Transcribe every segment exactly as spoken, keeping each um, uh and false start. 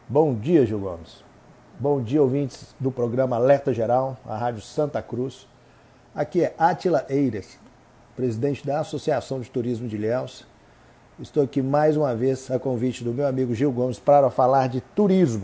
Bom dia, Gil Gomes. Bom dia, ouvintes do programa Alerta Geral, a Rádio Santa Cruz. Aqui é Átila Eiras, presidente da Associação de Turismo de Ilhéus. Estou aqui mais uma vez a convite do meu amigo Gil Gomes para falar de turismo.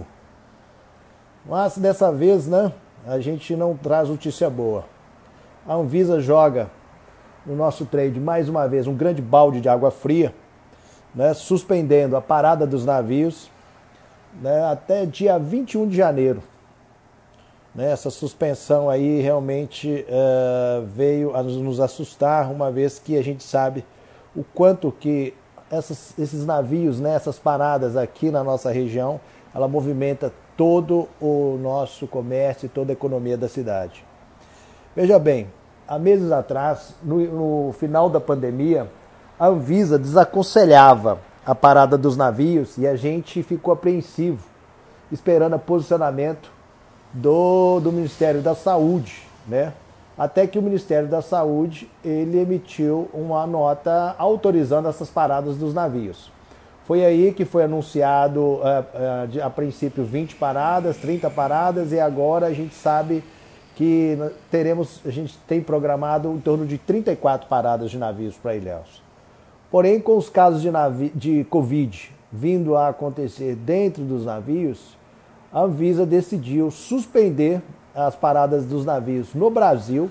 Mas dessa vez, né, a gente não traz notícia boa. A Anvisa joga no nosso trade mais uma vez um grande balde de água fria, né, suspendendo a parada dos navios, né, até dia vinte e um de janeiro. Né, essa suspensão aí realmente uh, veio a nos assustar, uma vez que a gente sabe o quanto que essas, esses navios, né, essas paradas aqui na nossa região, ela movimenta todo o nosso comércio e toda a economia da cidade. Veja bem, há meses atrás, no, no final da pandemia, a Anvisa desaconselhava a parada dos navios e a gente ficou apreensivo, esperando o posicionamento do, do Ministério da Saúde, né? Até que o Ministério da Saúde ele emitiu uma nota autorizando essas paradas dos navios. Foi aí que foi anunciado, a, a, a princípio, vinte paradas, trinta paradas, e agora a gente sabe que teremos, a gente tem programado em torno de trinta e quatro paradas de navios para Ilhéus. Porém, com os casos de, navi- de Covid vindo a acontecer dentro dos navios, a Anvisa decidiu suspender as paradas dos navios no Brasil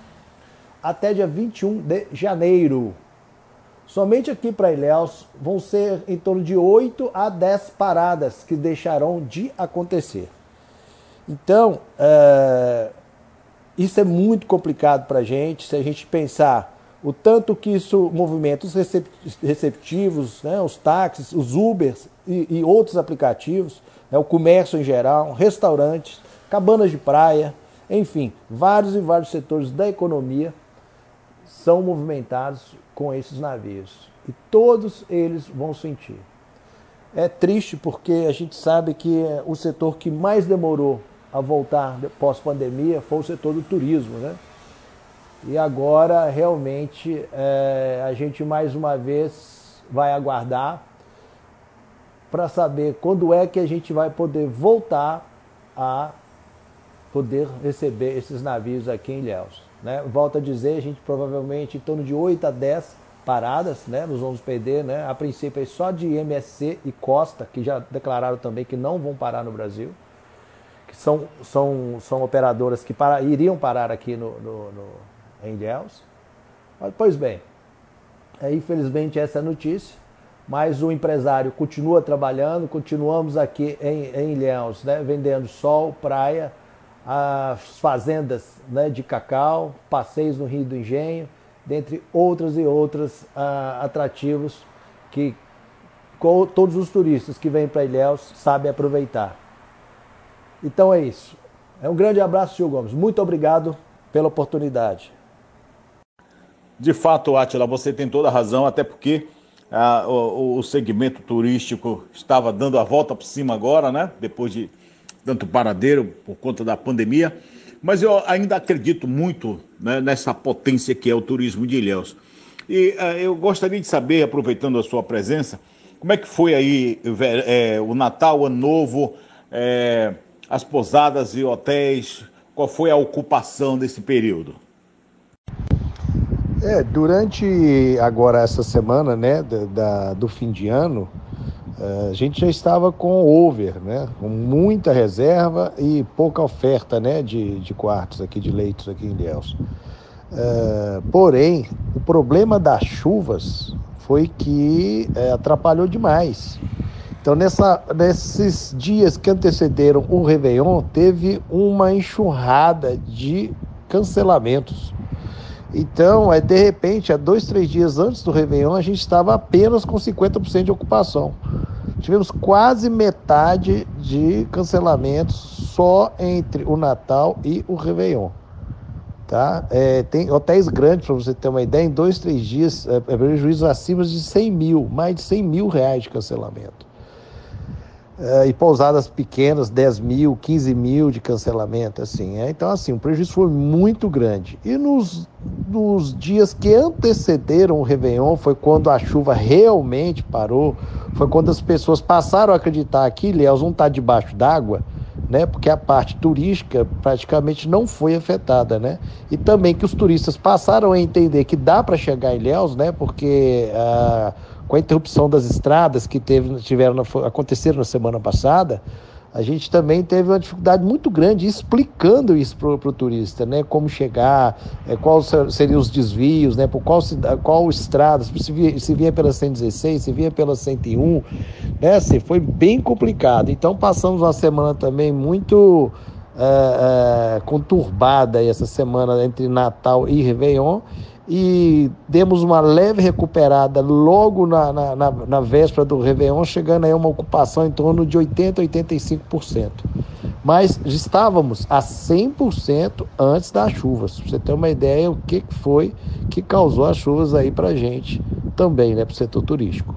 até dia vinte e um de janeiro. Somente aqui para Ilhéus vão ser em torno de oito a dez paradas que deixarão de acontecer. Então, é, isso é muito complicado para a gente, se a gente pensar o tanto que isso movimenta os receptivos, né, os táxis, os Ubers e, e outros aplicativos, né, o comércio em geral, restaurantes, cabanas de praia, enfim, vários e vários setores da economia são movimentados com esses navios. E todos eles vão sentir. É triste porque a gente sabe que o setor que mais demorou a voltar pós-pandemia foi o setor do turismo, né? E agora, realmente, é, a gente mais uma vez vai aguardar para saber quando é que a gente vai poder voltar a poder receber esses navios aqui em Ilhéus. Né? Volto a dizer, a gente provavelmente em torno de oito a dez paradas, né, nos vamos perder, né? A princípio é só de M S C e Costa, que já declararam também que não vão parar no Brasil, que são, são, são operadoras que para, iriam parar aqui no, no, no em Ilhéus. Mas, pois bem, é, infelizmente essa é a notícia, mas o empresário continua trabalhando, continuamos aqui em, em Ilhéus, né, vendendo sol, praia, as fazendas, né, de cacau, passeios no Rio do Engenho, dentre outros e outros ah, atrativos que co- todos os turistas que vêm para Ilhéus sabem aproveitar. Então é isso. É um grande abraço, Gil Gomes. Muito obrigado pela oportunidade. De fato, Átila, você tem toda a razão, até porque ah, o, o segmento turístico estava dando a volta por cima agora, né? Depois de tanto paradeiro por conta da pandemia. Mas eu ainda acredito muito, né, nessa potência que é o turismo de Ilhéus. E ah, eu gostaria de saber, aproveitando a sua presença, como é que foi aí é, o Natal, o Ano Novo, é, as pousadas e hotéis, qual foi a ocupação desse período? É, durante agora essa semana, né, da, da- do fim de ano, eh, a gente já estava com over, né, com muita reserva e pouca oferta, né, de, de quartos aqui, de leitos aqui em Ilhéus. Eh, porém, o problema das chuvas foi que eh, atrapalhou demais. Então, nessa, nesses dias que antecederam o Réveillon, teve uma enxurrada de cancelamentos. Então, é, de repente, há dois, três dias antes do Réveillon, a gente estava apenas com cinquenta por cento de ocupação. Tivemos quase metade de cancelamentos só entre o Natal e o Réveillon. Tá? É, tem hotéis grandes, para você ter uma ideia, em dois, três dias, é, é prejuízo acima de cem mil, mais de cem mil reais de cancelamento. É, e pousadas pequenas, dez mil, quinze mil de cancelamento, assim. É, então, assim, o prejuízo foi muito grande. E nos nos dias que antecederam o Réveillon, foi quando a chuva realmente parou, foi quando as pessoas passaram a acreditar que Ilhéus não está debaixo d'água, né? Porque a parte turística praticamente não foi afetada, né? E também que os turistas passaram a entender que dá para chegar em Ilhéus, né? Porque ah, com a interrupção das estradas que teve, tiveram, aconteceram na semana passada, a gente também teve uma dificuldade muito grande explicando isso para o turista, né? Como chegar, é, quais seriam os desvios, né? Por qual, qual estrada, se vinha, se vinha pela cento e dezesseis, se vinha pela cento e um, né? Assim, foi bem complicado. Então passamos uma semana também muito é, é, conturbada essa semana entre Natal e Réveillon, e demos uma leve recuperada logo na, na, na, na véspera do Réveillon, chegando aí a uma ocupação em torno de oitenta por cento, oitenta e cinco por cento. Mas estávamos a cem por cento antes das chuvas. Pra você ter uma ideia o que foi que causou as chuvas aí pra gente também, né, pro setor turístico.